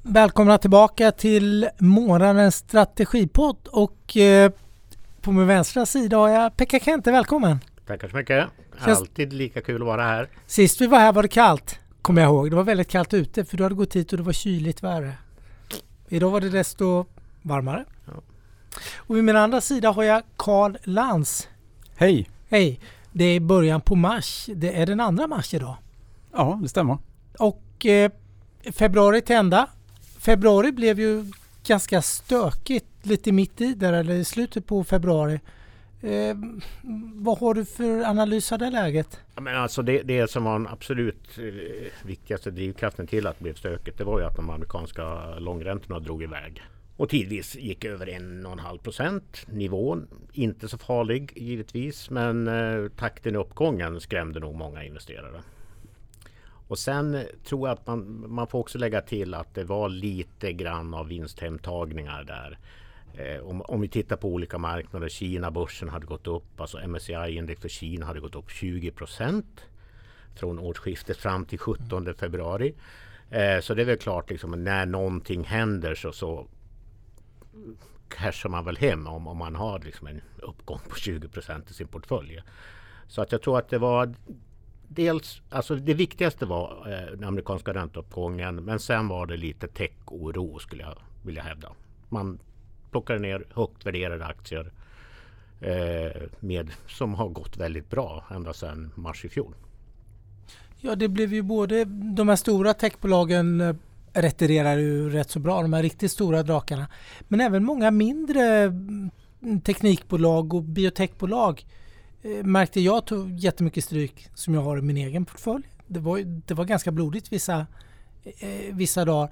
Välkomna tillbaka till morgonens strategipodd och på min vänstra sida har jag Pekka Kente, välkommen. Tackar så mycket. Alltid lika kul att vara här. Sist vi var här var det kallt, kommer jag ihåg. Det var väldigt kallt ute för du hade gått hit och det var kyligt värre. Idag var det desto varmare. Ja. Och vid min andra sida har jag Carl Lantz. Hej. Hej. Det är början på mars. Det är den 2 mars idag. Ja, det stämmer. Och februari tända. Februari blev ju ganska stökigt lite mitt i där eller i slutet på februari. Vad har du för analys av det läget? Ja, men alltså det som var den absolut viktigaste drivkraften till att det blev stökigt, det var ju att de amerikanska långräntorna drog iväg. Och tidvis gick över 1,5%. Nivån inte så farlig givetvis, men takten i uppgången skrämde nog många investerare. Och sen tror jag att man får också lägga till att det var lite grann av vinsthemtagningar där. Om vi tittar på olika marknader, Kina-börsen hade gått upp, alltså MSCI-index för Kina hade gått upp 20% från årsskiftet fram till 17 februari. Så det är väl klart liksom, när någonting händer så cashar man väl hem om man har liksom en uppgång på 20% i sin portfölj. Så att jag tror att det var dels, alltså det viktigaste var den amerikanska ränteuppgången, men sen var det lite tech-oro skulle jag vilja hävda. Man plockade ner högt värderade aktier som har gått väldigt bra ända sedan mars i fjol. Ja, det blev ju både de här stora techbolagen retirerade ju rätt så bra, de här riktigt stora drakarna. Men även många mindre teknikbolag och biotechbolag märkte jag tog jättemycket stryk som jag har i min egen portfölj. Det var ganska blodigt vissa dagar.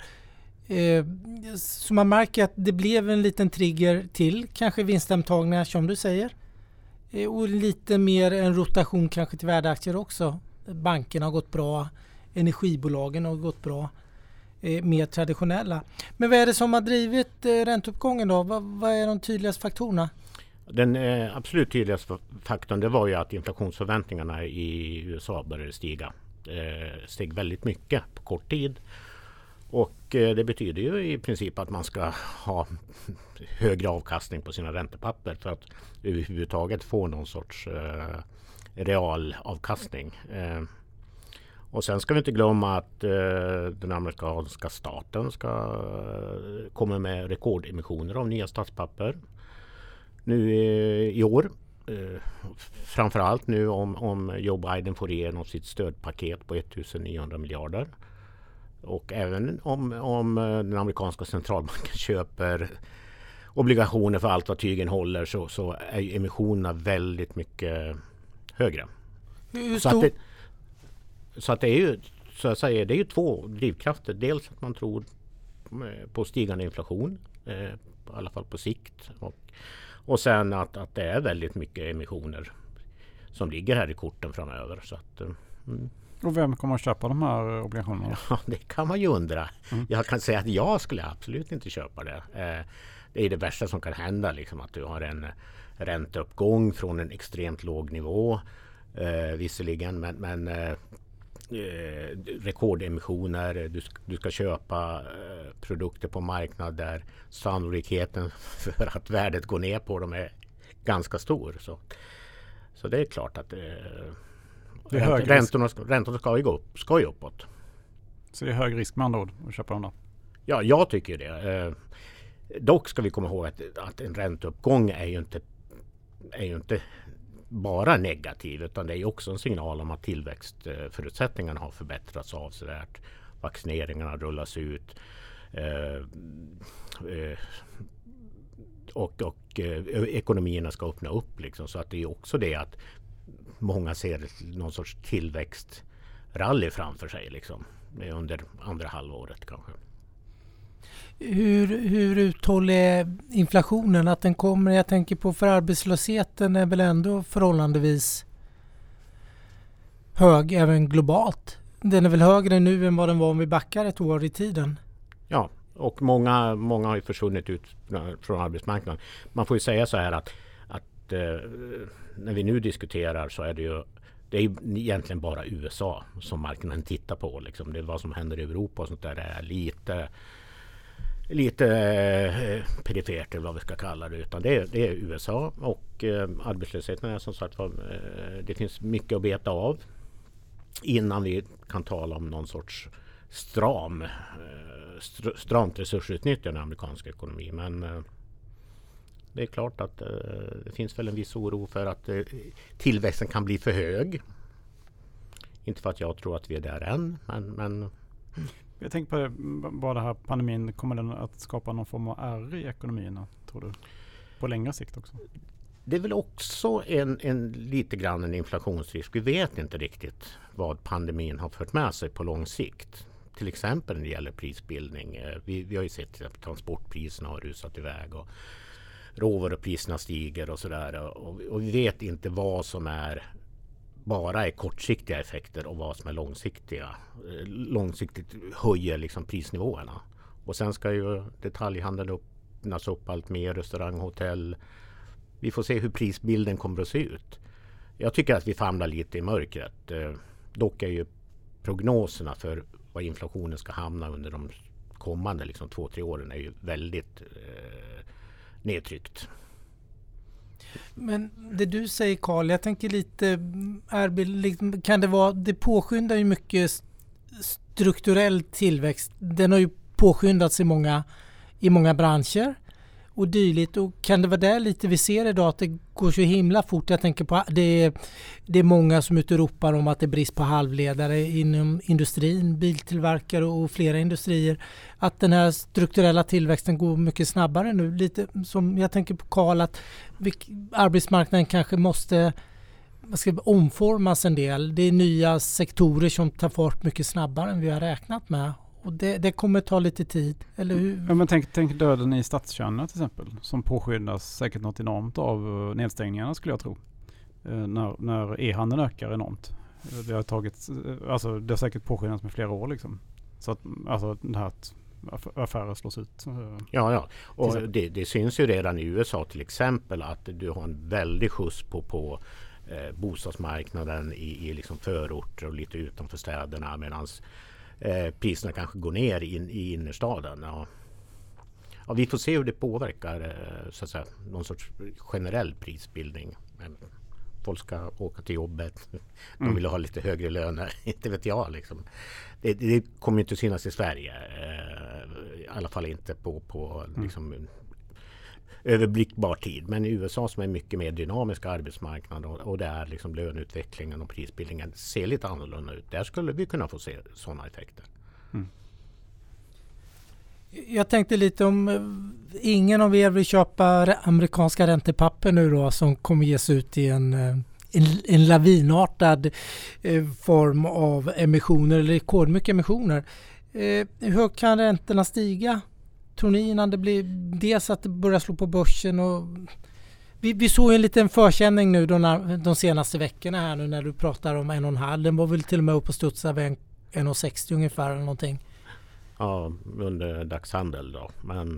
Så man märker att det blev en liten trigger till kanske vinsthemtagningar som du säger. Och lite mer en rotation kanske till värdeaktier också. Bankerna har gått bra, energibolagen har gått bra, mer traditionella. Men vad är det som har drivit ränteuppgången då? Vad är de tydligaste faktorerna? Den absolut tydligaste faktorn det var ju att inflationsförväntningarna i USA började stiga. Steg väldigt mycket på kort tid. Och det betyder ju i princip att man ska ha högre avkastning på sina räntepapper för att överhuvudtaget få någon sorts realavkastning. Och sen ska vi inte glömma att den amerikanska staten ska komma med rekordemissioner av nya statspapper nu i år. Framförallt nu om Joe Biden får igenom sitt stödpaket på 1900 miljarder. Och även om den amerikanska centralbanken köper obligationer för allt vad tygen håller så är emissionerna väldigt mycket högre. Så att det är ju så att säga, det är ju två drivkrafter. Dels att man tror på stigande inflation, i alla fall på sikt. Och sen att det är väldigt mycket emissioner som ligger här i korten framöver. Så att, Och vem kommer att köpa de här obligationerna? Ja, det kan man ju undra. Jag kan säga att jag skulle absolut inte köpa det. Det är det värsta som kan hända, liksom, att du har en ränteuppgång från en extremt låg nivå. Visserligen, men rekordemissioner, du ska köpa produkter på marknad där sannolikheten för att värdet går ner på dem är ganska stor. Så det är klart att räntorna ska ju uppåt. Så det är hög risk med andra ord att köpa dem då? Ja, jag tycker det. Dock ska vi komma ihåg att en ränteuppgång är ju inte bara negativ, utan det är också en signal om att tillväxtförutsättningarna har förbättrats avsevärt. Vaccineringarna rullas ut och ekonomierna ska öppna upp. Liksom. Så att det är också det att många ser någon sorts tillväxtrally framför sig liksom, under andra halvåret kanske. Hur uthållig är inflationen? Att den kommer, jag tänker på för arbetslösheten är väl ändå förhållandevis hög även globalt. Den är väl högre nu än vad den var om vi backar ett år i tiden. Ja, och många har ju försvunnit ut från arbetsmarknaden. Man får ju säga så här att när vi nu diskuterar så är det är egentligen bara USA som marknaden tittar på. Liksom. Det är vad som händer i Europa och sånt där är lite lite perifert eller vad vi ska kalla det, utan det är USA och arbetslösheten är som sagt det finns mycket att beta av innan vi kan tala om någon sorts stramt resursutnyttjande i amerikansk ekonomi. Men det är klart att det finns väl en viss oro för att tillväxten kan bli för hög. Inte för att jag tror att vi är där än, men jag tänker på det, bara det här pandemin, kommer den att skapa någon form av ärr i ekonomin, tror du? På längre sikt också? Det är väl också en lite grann en inflationsrisk. Vi vet inte riktigt vad pandemin har fört med sig på lång sikt. Till exempel när det gäller prisbildning. Vi har ju sett att transportpriserna har rusat iväg och råvarupriserna stiger och sådär. Och vi vet inte vad som bara är kortsiktiga effekter och vad som är långsiktiga. Långsiktigt höjer liksom prisnivåerna. Och sen ska ju detaljhandeln öppnas upp allt mer, restaurang, hotell. Vi får se hur prisbilden kommer att se ut. Jag tycker att vi famlar lite i mörkret. Dock är ju prognoserna för vad inflationen ska hamna under de kommande 2-3 åren är ju väldigt nedtryckt. Men det du säger, Carl, jag tänker lite, kan det vara, det påskyndar ju mycket strukturell tillväxt. Den har ju påskyndats i många branscher och dylikt. Och kan det vara där lite vi ser idag att det går så himla fort? Jag tänker på det är många som ute och ropar om att det är brist på halvledare inom industrin, biltillverkare och flera industrier. Att den här strukturella tillväxten går mycket snabbare nu. Lite som jag tänker på, Carl, att arbetsmarknaden kanske måste omformas en del. Det är nya sektorer som tar fart mycket snabbare än vi har räknat med. Och det kommer ta lite tid, eller hur? Ja, men tänk döden i stadskärnorna till exempel, som påskyndas säkert något enormt av nedstängningarna, skulle jag tro. När e-handeln ökar enormt. Det har säkert påskyndats med flera år liksom. Så att det här att affärer slås ut. Ja. Och det syns ju redan i USA till exempel att du har en väldig skjuts på bostadsmarknaden i förorter och lite utanför städerna, medan priserna kanske går ner i innerstaden. Ja, vi får se hur det påverkar så att säga, någon sorts generell prisbildning. Folk ska åka till jobbet. De vill ha lite högre löner. Inte vet jag. Liksom. Det kommer inte att synas i Sverige. I alla fall inte på överblickbar tid. Men i USA, som är mycket mer dynamiska arbetsmarknad och där löneutvecklingen och prisbildningen ser lite annorlunda ut. Där skulle vi kunna få se sådana effekter. Mm. Jag tänkte lite om ingen av er vill köpa amerikanska räntepapper nu då, som kommer ges ut i en lavinartad form av emissioner eller rekordmycket emissioner. Hur kan räntorna stiga? Tror ni innan det blir dels att det börjar slå på börsen? Och vi såg en liten förkänning nu de senaste veckorna här nu när du pratar om 1,5. Den var väl till och med upp och studsade vid 1,60 ungefär eller någonting. Ja, under dagshandel då. Men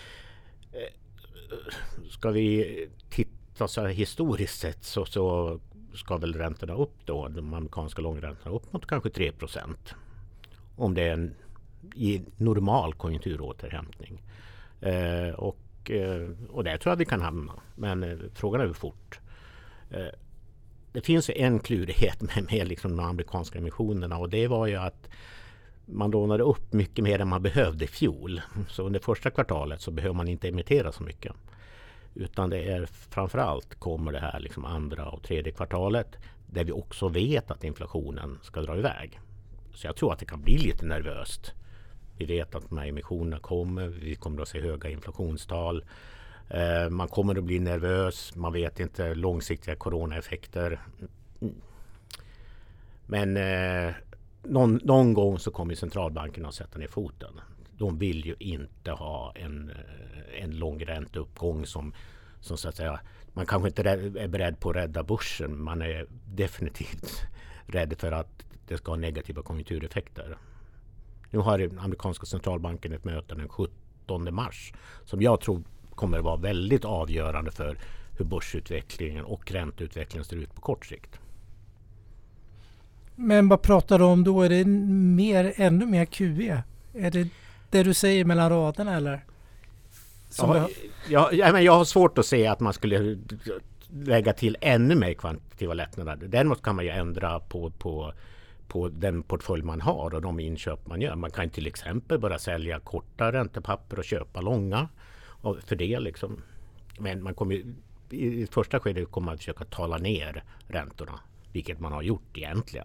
ska vi titta så här historiskt sett så ska väl räntorna upp då, de amerikanska långräntorna upp mot kanske 3%. Om det är i normal konjunkturåterhämtning. Och där tror jag vi kan hamna. Men frågan är hur fort. Det finns en klurighet med de amerikanska emissionerna, och det var ju att man lånade upp mycket mer än man behövde i fjol. Så under första kvartalet så behöver man inte emittera så mycket. Utan det är framförallt kommer det här andra och tredje kvartalet där vi också vet att inflationen ska dra iväg. Så jag tror att det kan bli lite nervöst. Vi vet att de här emissionerna kommer. Vi kommer att se höga inflationstal. Man kommer att bli nervös. Man vet inte långsiktiga coronaeffekter. Men någon gång så kommer centralbanken att sätta ner foten. De vill ju inte ha en lång ränteuppgång som så att säga, man kanske inte är beredd på att rädda börsen. Man är definitivt rädd för att det ska ha negativa konjunktureffekter. Nu har amerikanska centralbanken ett möte den 17 mars som jag tror kommer att vara väldigt avgörande för hur börsutvecklingen och ränteutvecklingen ser ut på kort sikt. Men vad pratar du om då? Är det ännu mer QE? Är det... det du säger mellan raderna eller? Men jag har svårt att se att man skulle lägga till ännu mer kvantitativa lättnader. Däremot kan man ju ändra på den portfölj man har och de inköp man gör. Man kan till exempel bara sälja korta räntepapper och köpa långa. Och för det liksom. Men man kommer i första skedet kommer man att försöka tala ner räntorna. Vilket man har gjort egentligen.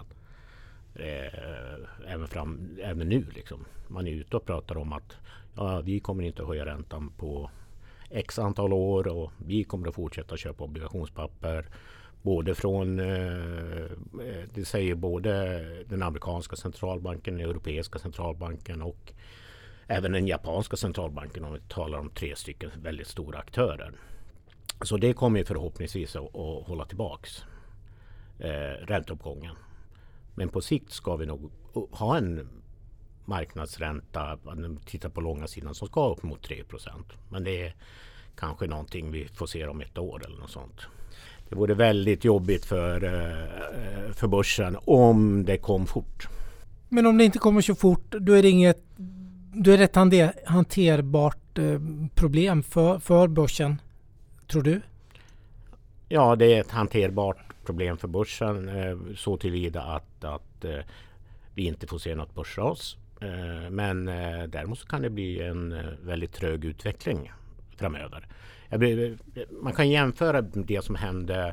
Även nu liksom. Man är ute och pratar om att vi kommer inte att höja räntan på x antal år och vi kommer att fortsätta köpa obligationspapper. Både från, det säger både den amerikanska centralbanken, den europeiska centralbanken och även den japanska centralbanken, om vi talar om 3 stycken väldigt stora aktörer. Så det kommer förhoppningsvis att hålla tillbaks ränteuppgången. Men på sikt ska vi nog ha en marknadsränta, om vi tittar på långa sidan, som ska upp mot 3%. Men det är kanske någonting vi får se om ett år eller något sånt. Det vore väldigt jobbigt för börsen om det kom fort. Men om det inte kommer så fort, då är det ett hanterbart problem för börsen, tror du? Ja, det är ett hanterbart problem för börsen så tillvida att vi inte får se något börsras. Men däremot så kan det bli en väldigt trög utveckling framöver. Man kan jämföra det som hände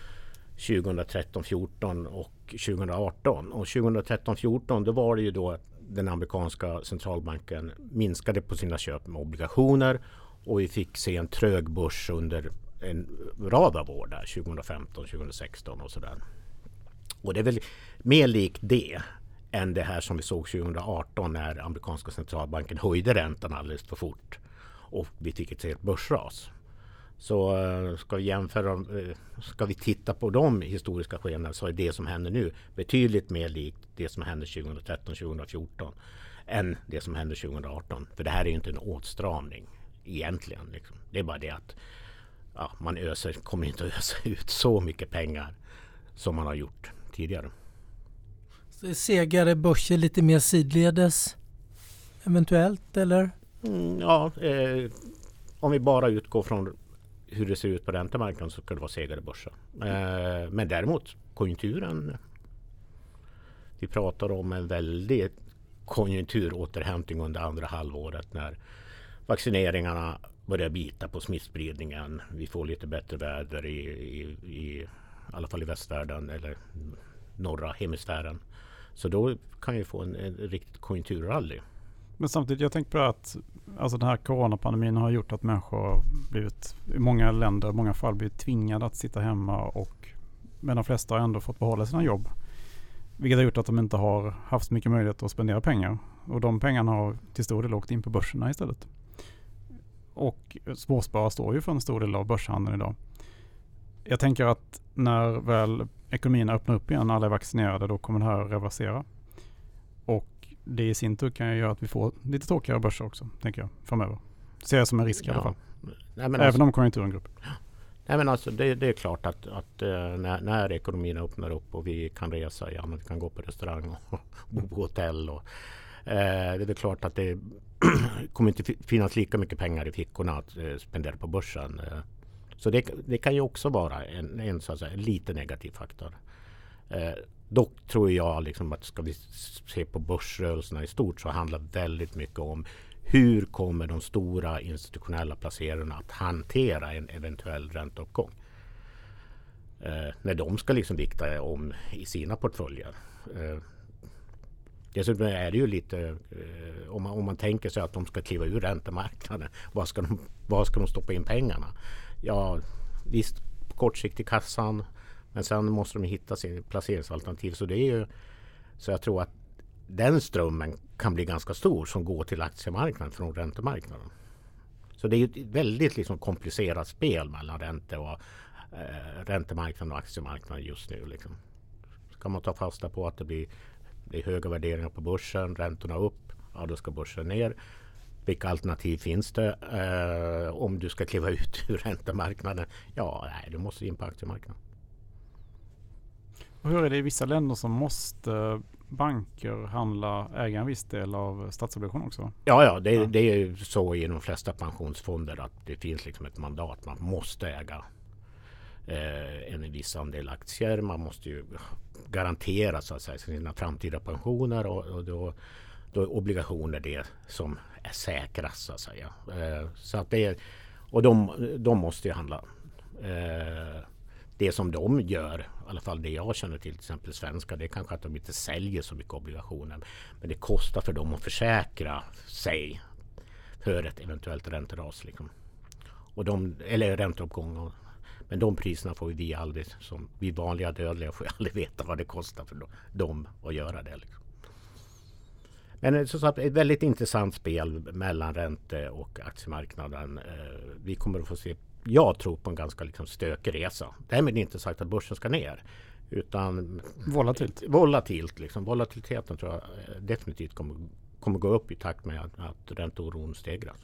2013-14 och 2018. Och 2013-14 då var det ju då att den amerikanska centralbanken minskade på sina köp med obligationer och vi fick se en trög börs under en rad av år där, 2015, 2016 och sådär. Och det är väl mer likt det än det här som vi såg 2018 när amerikanska centralbanken höjde räntan alldeles för fort och vi fick ett börsras. Så ska vi titta på de historiska skeendena så är det som händer nu betydligt mer likt det som hände 2013-2014 än det som hände 2018. För det här är ju inte en åtstramning egentligen. Liksom. Det är bara det att man kommer inte att ösa ut så mycket pengar som man har gjort tidigare. Så segare börser lite mer sidledes eventuellt eller? Om vi bara utgår från hur det ser ut på räntemarknaden så ska det vara segare börser. Men däremot konjunkturen, vi pratar om en väldigt konjunkturåterhämtning under andra halvåret när vaccineringarna börjar bita på smittspridningen. Vi får lite bättre väder i alla fall i västvärlden eller norra hemisfären. Så då kan vi få en riktigt konjunkturrally. Men samtidigt, jag tänker på att den här coronapandemin har gjort att människor blivit, i många länder, i många fall blivit tvingade att sitta hemma men de flesta har ändå fått behålla sina jobb. Vilket har gjort att de inte har haft mycket möjlighet att spendera pengar. Och de pengarna har till stor del åkt in på börserna istället. Och småsparare står ju för en stor del av börshandeln idag. Jag tänker att när väl ekonomin öppnar upp igen, alla är vaccinerade, då kommer det här reversera. Och det i sin tur kan ju göra att vi får lite tråkigare börser också, tänker jag, framöver. Ser jag som en risk i alla fall. Även om konjunkturen går upp. Nej, men alltså, det är klart att när ekonomin öppnar upp och vi kan resa igen, vi kan gå på restaurang och bo på hotell. Det är väl klart att det kommer inte finnas lika mycket pengar i fickorna att spendera på börsen. Så det kan ju också vara en så att säga, lite negativ faktor. Dock tror jag liksom att ska vi se på börsrörelserna i stort så handlar väldigt mycket om hur kommer de stora institutionella placerarna att hantera en eventuell ränteuppgång. När de ska liksom vikta om i sina portföljer. Dessutom är det ju lite, om man tänker sig att de ska kliva ur räntemarknaden, var ska de stoppa in pengarna? Ja, visst på kort sikt i kassan, men sen måste de hitta sin placeringsalternativ. Så det är ju, så jag tror att den strömmen kan bli ganska stor som går till aktiemarknaden från räntemarknaden. Så det är ett väldigt liksom komplicerat spel mellan räntemarknaden och aktiemarknaden just nu. Liksom. Ska man ta fasta på att det blir höga värderingar på börsen, räntorna upp, då ska börsen ner. Vilka alternativ finns det om du ska kliva ut ur räntemarknaden? Du måste in på aktiemarknaden. Och hur är det i vissa länder som måste banker äga en viss del av statsobligation också? Ja, det är ju så i de flesta pensionsfonder att det finns liksom ett mandat. Man måste äga en viss andel aktier. Man måste ju garantera så att säga sina framtida pensioner och då är obligationer det som är säkrast så att säga. Så att det är, och de måste ju handla. Det som de gör, i alla fall det jag känner till exempel svenska, det är kanske att de inte säljer så mycket obligationer. Men det kostar för dem att försäkra sig för ett eventuellt ränteras. Liksom. Eller ränteuppgång. Men de priserna får vi aldrig, som vi vanliga dödliga får aldrig veta vad det kostar för dem att göra det. Liksom. Men så att ett väldigt intressant spel mellan ränte- och aktiemarknaden. Vi kommer att få se, jag tror på en ganska liksom stökig resa. Därmed inte sagt att börsen ska ner. Utan volatilt liksom. Volatiliteten tror jag definitivt kommer gå upp i takt med att ränteoron stegras.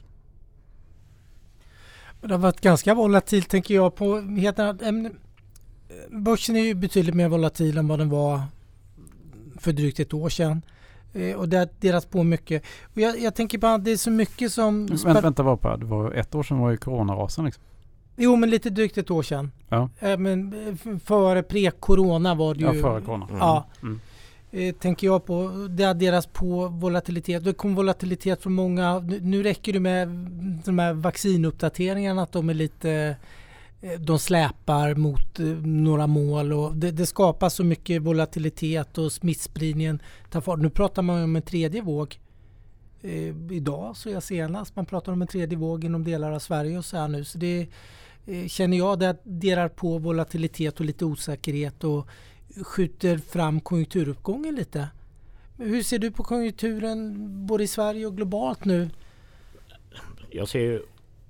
Det har varit ganska volatilt tänker jag på. Börsen är ju betydligt mer volatil än vad den var för drygt ett år sedan. Och det har delat på mycket. Och jag tänker på att det är så mycket som... Vänta bara på det. var ett år sedan var ju coronarasen liksom. Jo, men lite drygt ett år sedan. Ja. Men före pre-corona var det ju... Ja, före corona. Ja. Tänker jag på. Det adderas på volatilitet. Det kom volatilitet från många. Nu räcker det med de här vaccinuppdateringarna att de är lite... De släpar mot några mål och det skapas så mycket volatilitet och smittspridningen tar fart. Nu pratar man om en tredje våg. Idag så jag senast man pratar om en tredje våg inom delar av Sverige och så här nu. Så det känner jag det delar på volatilitet och lite osäkerhet och skjuter fram konjunkturuppgången lite. Hur ser du på konjunkturen både i Sverige och globalt nu? Jag ser ju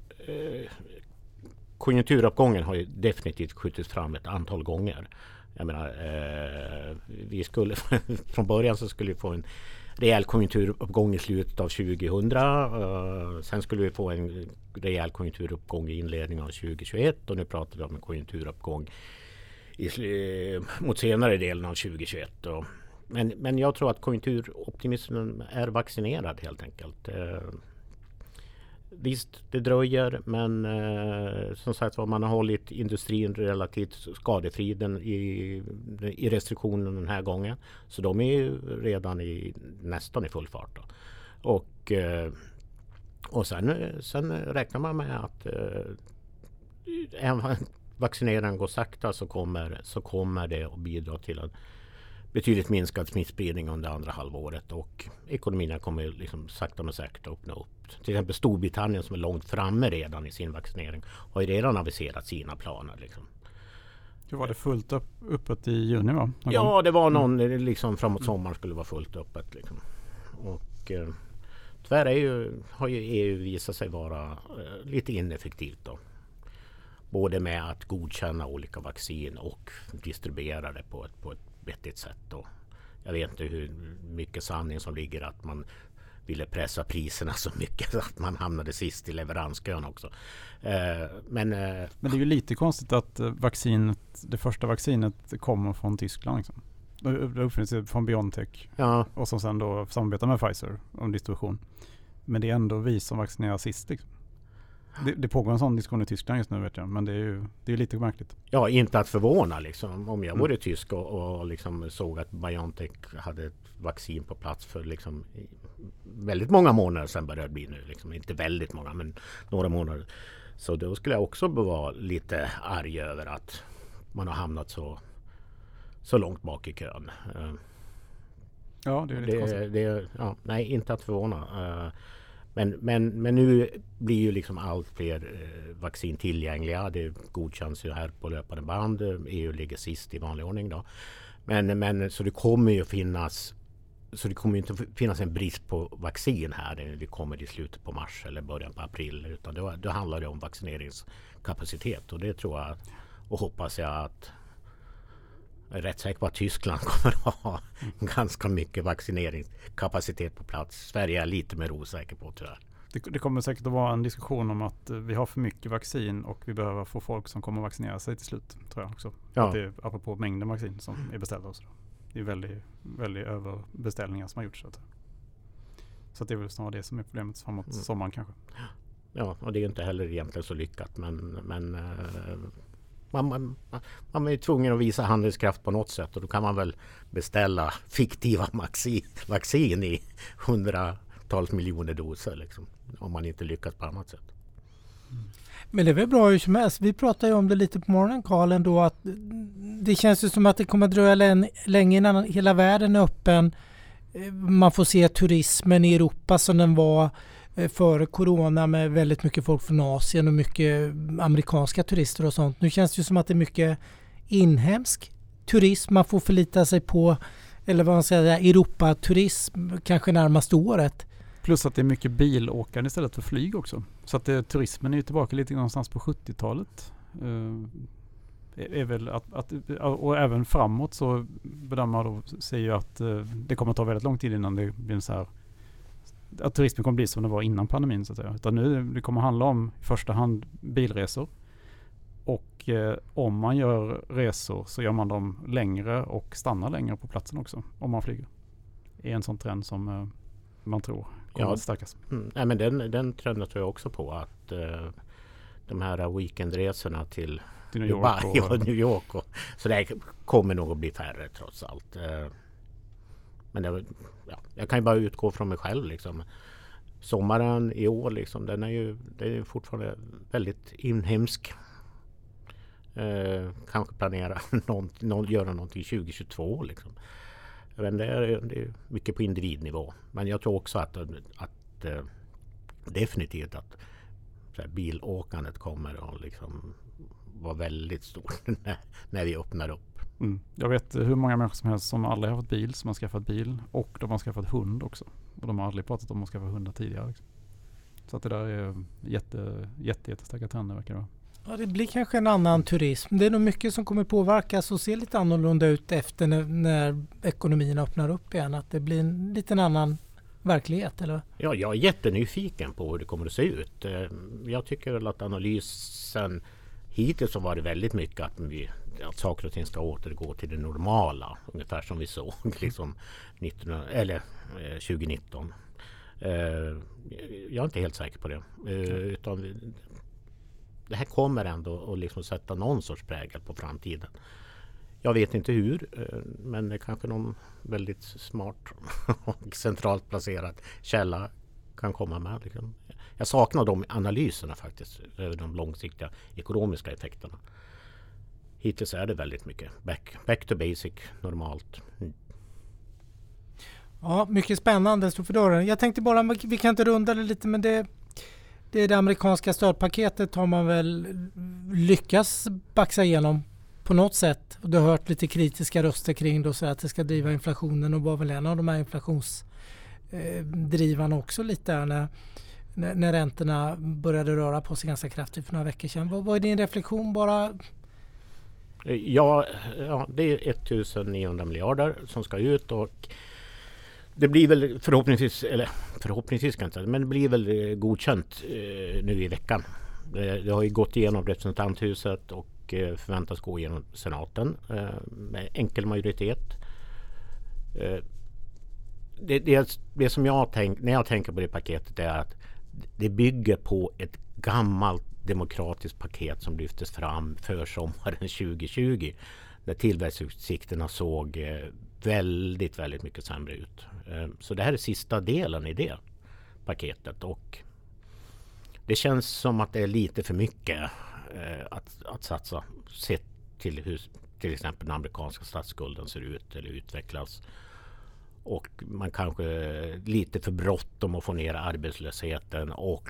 konjunkturuppgången har ju definitivt skjutits fram ett antal gånger. Jag menar, vi skulle från början så skulle vi få en rejäl konjunkturuppgång i slutet av 2000. Sen skulle vi få en rejäl konjunkturuppgång i inledningen av 2021 och nu pratar vi om en konjunkturuppgång mot senare delen av 2021. Men jag tror att konjunkturoptimismen är vaccinerad helt enkelt. Visst, det dröjer, men som sagt var man har hållit industrin relativt skadefri i restriktionen den här gången. Så de är ju redan nästan i full fart. Då. Och sen räknar man med att även om vaccineringen går sakta så kommer det att bidra till en betydligt minskad smittspridning under andra halvåret och ekonomierna kommer liksom sakta men säkert att öppna upp. Till exempel Storbritannien som är långt framme redan i sin vaccinering har ju redan aviserat sina planer. Liksom. Hur var det fullt öppet i juni va? Ja, det var någon liksom framåt sommaren skulle vara fullt öppet. Liksom. Och tyvärr har ju EU visat sig vara lite ineffektivt då. Både med att godkänna olika vaccin och distribuera det på ett vettigt sätt. Då. Jag vet inte hur mycket sanning som ligger att man ville pressa så mycket att man hamnade sist i leveranskön också. Men det är ju lite konstigt att det första vaccinet kommer från Tyskland. Liksom. Det uppfinns från BioNTech och som sen då samarbetar med Pfizer om distribution. Men det är ändå vi som vaccinerar sist. Liksom. Det pågår en sån diskussion i Tyskland just nu vet jag, men det är lite märkligt. Ja, inte att förvåna liksom. Om jag vore tysk och liksom såg att BioNTech hade ett vaccin på plats för liksom väldigt många månader sedan började det bli nu. Liksom. Inte väldigt många, men några månader. Så då skulle jag också vara lite arg över att man har hamnat så långt bak i kön. Ja, det är lite konstigt. Nej, inte att förvåna. Men nu blir ju liksom allt fler vaccin tillgängliga. Det godkänns ju här på löpande band. EU ligger sist i vanlig ordning då. Men så det kommer ju inte finnas en brist på vaccin här när vi kommer i slutet på mars eller början på april. Utan då handlar det om vaccineringskapacitet och det tror jag och hoppas jag att jag är rätt säker på att Tyskland kommer att ha ganska mycket vaccineringskapacitet på plats. Sverige är lite mer osäker på tyvärr. Det kommer säkert att vara en diskussion om att vi har för mycket vaccin och vi behöver få folk som kommer att vaccinera sig till slut, tror jag också. Ja. Att det är apropå mängden vaccin som är beställda och så. Det är väldigt överbeställningar som har gjorts. Så det är väl snarare det som är problemet framåt sommaren kanske. Ja, och det är inte heller egentligen så lyckat, men man är tvungen att visa handlingskraft på något sätt, och då kan man väl beställa fiktiva vaccin i 100-tals miljoner doser liksom, om man inte lyckas på annat sätt. Men det är väl bra hur som helst. Vi pratade ju om det lite på morgonen, Carl, ändå, att det känns ju som att det kommer att dröja länge innan hela världen är öppen. Man får se turismen i Europa som den var före corona, med väldigt mycket folk från Asien och mycket amerikanska turister och sånt. Nu känns det ju som att det är mycket inhemsk turism man får förlita sig på, eller vad man säger, Europaturism kanske närmaste året. Plus att det är mycket bilåkande istället för flyg också. Så att turismen är ju tillbaka lite någonstans på 70-talet. Är väl och även framåt så bedömer då säger ju att det kommer att ta väldigt lång tid innan det blir så här, att turismen kommer bli som det var innan pandemin, så att säga. Utan nu det kommer handla om i första hand bilresor, och om man gör resor så gör man dem längre och stannar längre på platsen också om man flyger. Det är en sån trend som man tror kommer att stärkas. Nej, men den trenden tror jag också på, att de här weekendresorna till New York Dubai och New York så det kommer nog att bli färre trots allt. Men jag kan ju bara utgå från mig själv liksom. Sommaren i år liksom, det är fortfarande väldigt inhemsk. Kanske planera göra någonting 2022 liksom. Men det är mycket på individnivå. Men jag tror också att definitivt att så här, bilåkandet kommer att liksom vara väldigt stort när vi öppnar upp. Jag vet hur många människor som helst som aldrig har fått bil, som har skaffat bil, och de har skaffat hund också. Och de har aldrig pratat om att skaffa hundar tidigare. Liksom. Så att det där är jättestarka trender, verkar det vara. Ja, det blir kanske en annan turism. Det är nog mycket som kommer påverkas och se lite annorlunda ut efter när ekonomin öppnar upp igen. Att det blir en liten annan verklighet, eller? Ja, jag är jättenyfiken på hur det kommer att se ut. Jag tycker väl att analysen hittills har varit väldigt mycket att saker och ting ska återgå till det normala. Ungefär som vi såg liksom 2019. Jag är inte helt säker på det. Utan det här kommer ändå att liksom sätta någon sorts prägel på framtiden. Jag vet inte hur, men det kanske någon väldigt smart och centralt placerad källa kan komma med. Liksom. Jag saknar de analyserna faktiskt över de långsiktiga ekonomiska effekterna. Hittills är det väldigt mycket back to basic, normalt. Ja, mycket spännande står för dörren. Jag tänkte bara, vi kan inte runda det lite, men det amerikanska stödpaketet har man väl lyckats baxa igenom på något sätt. Du har hört lite kritiska röster kring det, så att det ska driva inflationen, och var väl en av de här inflationsdrivarna också lite där när räntorna började röra på sig ganska kraftigt för några veckor sedan. Vad är din reflektion bara? Ja, det är 1900 miljarder som ska ut, och det blir väl förhoppningsvis kan jag säga, men det blir väl godkänt nu i veckan. Det har ju gått igenom representanthuset och förväntas gå igenom senaten med enkel majoritet. Det som när jag tänker på det paketet är att det bygger på ett gammalt demokratiskt paket som lyftes fram för sommaren 2020, när tillväxtutsikterna såg väldigt, väldigt mycket sämre ut. Så det här är sista delen i det paketet, och det känns som att det är lite för mycket att satsa sett till hur till exempel den amerikanska statsskulden ser ut eller utvecklas. Och man kanske lite för bråttom att få ner arbetslösheten och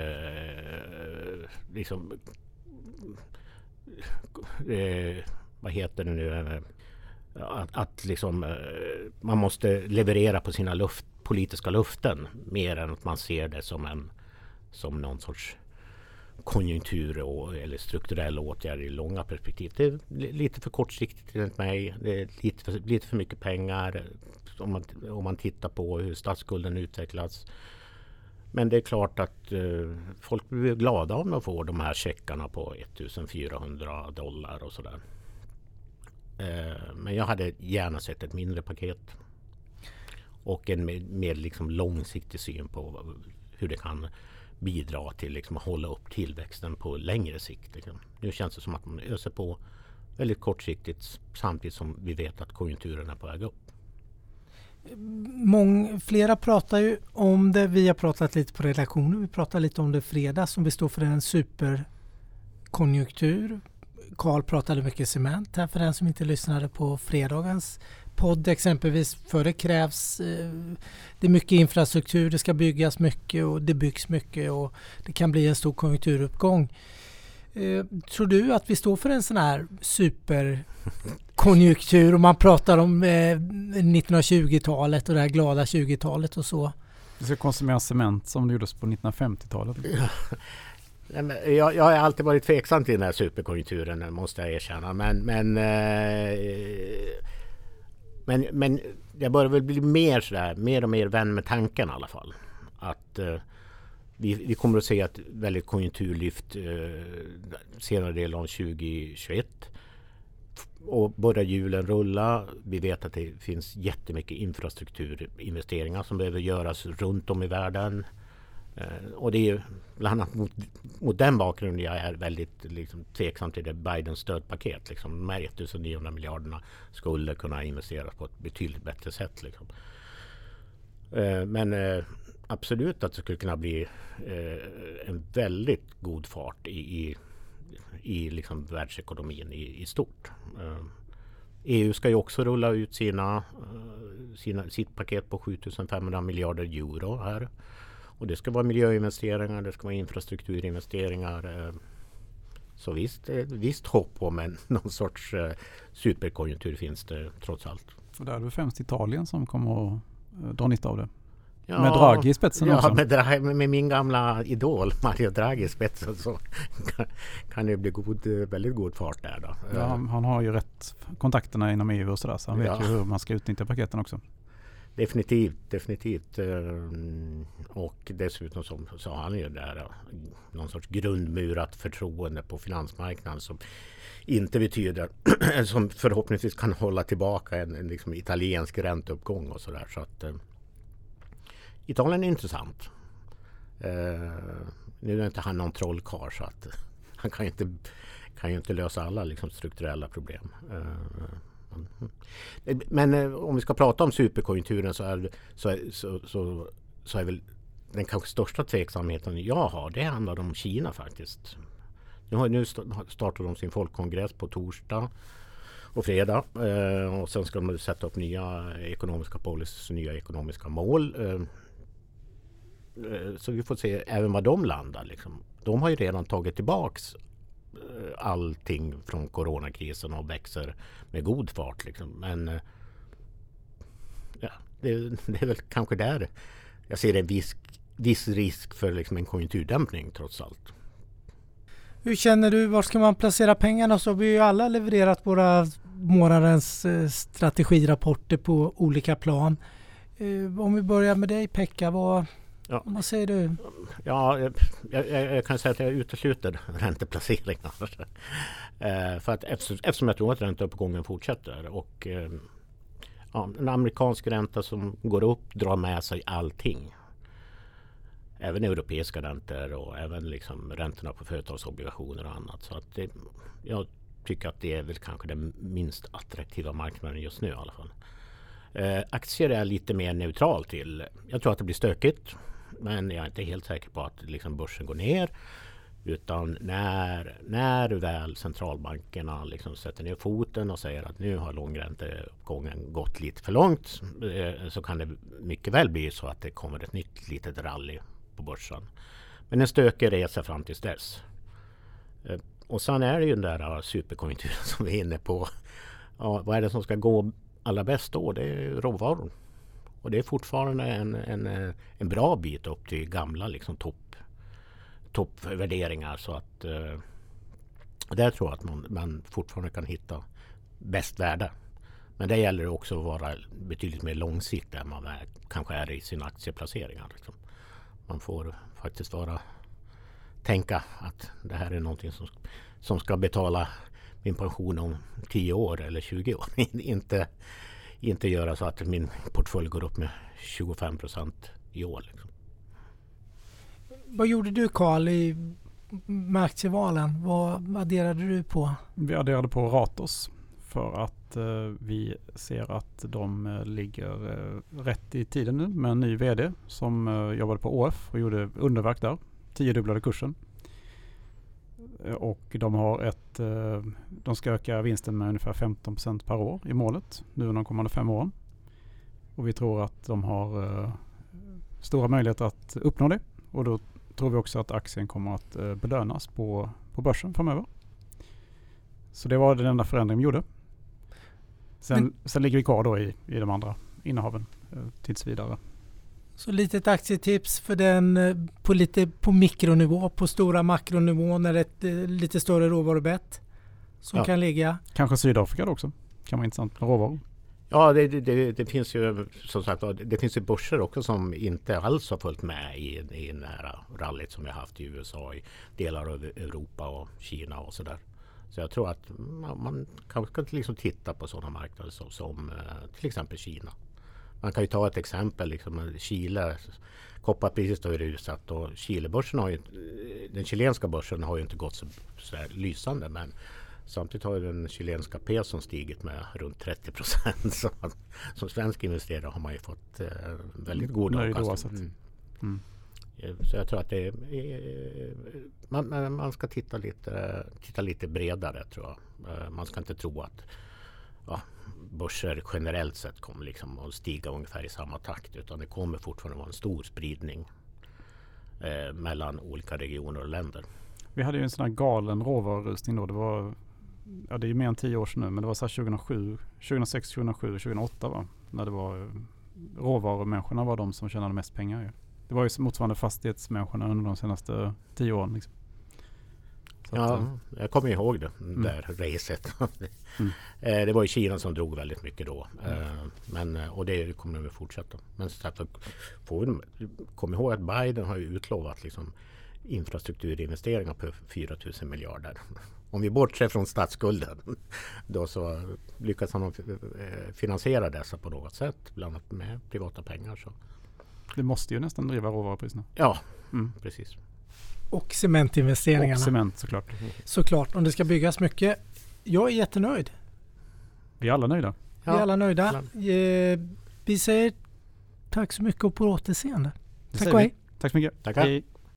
vad heter det nu? Att liksom, man måste leverera på sina politiska löften mer än att man ser det som någon sorts konjunktur eller strukturella åtgärder i långa perspektiv. Det är lite för kortsiktigt enligt mig. Det är lite för mycket pengar om man tittar på hur statsskulden utvecklas. Men det är klart att folk blir glada om de får de här checkarna på $1,400 och sådär. Men jag hade gärna sett ett mindre paket. Och en mer liksom långsiktig syn på hur det kan bidra till liksom att hålla upp tillväxten på längre sikt. Liksom. Nu känns det som att man öser på väldigt kortsiktigt samtidigt som vi vet att konjunkturen är på väg upp. Flera pratar ju om det. Vi har pratat lite på redaktionen. Vi pratar lite om det fredag som vi står för en superkonjunktur. Carl pratade mycket cement här för den som inte lyssnade på fredagens podd exempelvis. För det krävs det är mycket infrastruktur, det ska byggas mycket och det byggs mycket och det kan bli en stor konjunkturuppgång. Tror du att vi står för en sån här superkonjunktur och man pratar om 1920-talet och det här glada 20-talet och så? Vi ska konsumera cement som det gjordes på 1950-talet. Jag har alltid varit tveksam till den här superkonjunkturen, måste jag erkänna. Men jag börjar väl bli mer och mer vän med tanken i alla fall. Att vi kommer att se ett väldigt konjunkturlyft senare del av 2021. Och börjar hjulen rulla. Vi vet att det finns jättemycket infrastrukturinvesteringar som behöver göras runt om i världen. Och det är ju bland annat mot den bakgrunden jag är väldigt liksom, tveksam till det Bidens stödpaket. Liksom. De här 1900 miljarderna skulle kunna investeras på ett betydligt bättre sätt. Liksom. Men absolut att det skulle kunna bli en väldigt god fart i liksom världsekonomin i stort. EU ska ju också rulla ut sitt paket på 7,500 miljarder euro här. Och det ska vara miljöinvesteringar, det ska vara infrastrukturinvesteringar. Så visst hopp om någon sorts superkonjunktur finns det trots allt. Och där är det främst Italien som kommer att dra nytta av det. Ja, med Draghi i spetsen också. Ja, med min gamla idol Mario Draghi i spetsen så kan det bli väldigt god fart där då. Ja, han har ju rätt kontakterna inom EU och sådär så han vet ju hur man ska utnyttja paketen också. Definitivt. Och dessutom så har han ju där någon sorts grundmurat förtroende på finansmarknaden som inte betyder, som förhoppningsvis kan hålla tillbaka en liksom italiensk ränteuppgång och sådär. Så att Italien är intressant. Nu är inte han någon trollkarl så att han kan ju inte lösa alla liksom strukturella problem. Men om vi ska prata om superkonjunkturen så är väl den kanske största tveksamheten jag har, det handlar om Kina faktiskt. Nu startar de sin folkkongress på torsdag och fredag och sen ska de sätta upp nya ekonomiska policies och nya ekonomiska mål. Så vi får se även vad de landar. Liksom. De har ju redan tagit tillbaks allting från coronakrisen och växer med god fart. Liksom. Men ja, det är väl kanske där jag ser en viss risk för liksom en konjunkturdämpning trots allt. Hur känner du, var ska man placera pengarna? Så har vi ju alla levererat våra månadens strategirapporter på olika plan. Om vi börjar med dig Pekka, vad säger du? Ja, jag kan säga att jag utesluter ränteplaceringar. För att eftersom jag tror att ränteuppgången fortsätter och en amerikansk ränta som går upp drar med sig allting. Även europeiska räntor och även liksom räntorna på företagsobligationer och annat. Så att jag tycker att det är väl kanske den minst attraktiva marknaden just nu i alla fall. Aktier är lite mer neutral till. Jag tror att det blir stökigt. Men jag är inte helt säker på att liksom börsen går ner. Utan när väl centralbankerna liksom sätter ner foten och säger att nu har långräntegången gått lite för långt. Så kan det mycket väl bli så att det kommer ett nytt litet rally på börsen. Men en stökig resa fram till dess. Och sen är det ju den där superkonjunkturen som vi är inne på. Ja, vad är det som ska gå allra bäst då? Det är råvaror. Och det är fortfarande en bra bit upp till gamla liksom toppvärderingar. Så att där tror jag att man fortfarande kan hitta bäst värde. Men det gäller också att vara betydligt mer långsiktig än man kanske är i sina aktieplaceringar. Liksom. Man får faktiskt tänka att det här är någonting som ska betala min pension om 10 år eller 20 år. Inte göra så att min portfölj går upp med 25% i år. Liksom. Vad gjorde du, Carl, med aktievalen? Vad adderade du på? Vi adderade på Ratos för att vi ser att de ligger rätt i tiden nu med en ny vd som jobbade på ÅF och gjorde underverk där. 10-dubblade kursen. Och de ska öka vinsten med ungefär 15% per år i målet nu under de kommande 5 åren. Och vi tror att de har stora möjligheter att uppnå det. Och då tror vi också att aktien kommer att belönas på börsen framöver. Så det var den enda förändringen vi gjorde. Sen ligger vi kvar då i de andra innehaven tills vidare. Så litet aktietips för den på mikronivå, på stora makronivå när ett lite större råvarubett som kan ligga. Kanske Sydafrika då också. Kan vara intressant med råvaror. Ja, det finns ju som sagt, det finns ju börser också som inte alls har följt med i nära rallyt som vi har haft i USA, i delar av Europa och Kina och sådär. Så jag tror att man kanske ska liksom titta på sådana marknader som till exempel Kina. Man kan ju ta ett exempel, liksom Chile, kopparpriset har ju rusat och Chilebörsen den chilenska börsen har ju inte gått så lysande, men samtidigt har ju den chilenska peson stigit med runt 30%. Så som svensk investerare har man ju fått väldigt god avkastning. Så jag tror att man ska titta lite bredare, tror jag. Man ska inte tro att börser generellt sett kommer liksom att stiga ungefär i samma takt, utan det kommer fortfarande vara en stor spridning mellan olika regioner och länder. Vi hade ju en sån här galen råvarurusning då. Det var, det är ju mer än 10 år sedan nu, men det var så här 2006, 2007, 2008 va? När det var råvarumänniskorna var de som tjänade mest pengar ju. Det var ju motsvarande fastighetsmänniskorna under de senaste 10 åren liksom. Jag kommer ihåg det där racet. Det var ju Kina som drog väldigt mycket då. Och det kommer vi fortsätta. Men så att kom ihåg att Biden har ju utlovat liksom infrastrukturinvesteringar på 4 000 miljarder. Om vi bortser från statsskulden, då så lyckas han finansiera dessa på något sätt, bland annat med privata pengar. Så. Det måste ju nästan driva råvarupriserna. Ja, precis. Och cementinvesteringarna. Och cement såklart. Såklart, om det ska byggas mycket. Jag är jättenöjd. Vi är alla nöjda. Vi är alla nöjda. Vi säger tack så mycket och på återseende. Tack och hej. Tack så mycket. Tackar. Hej.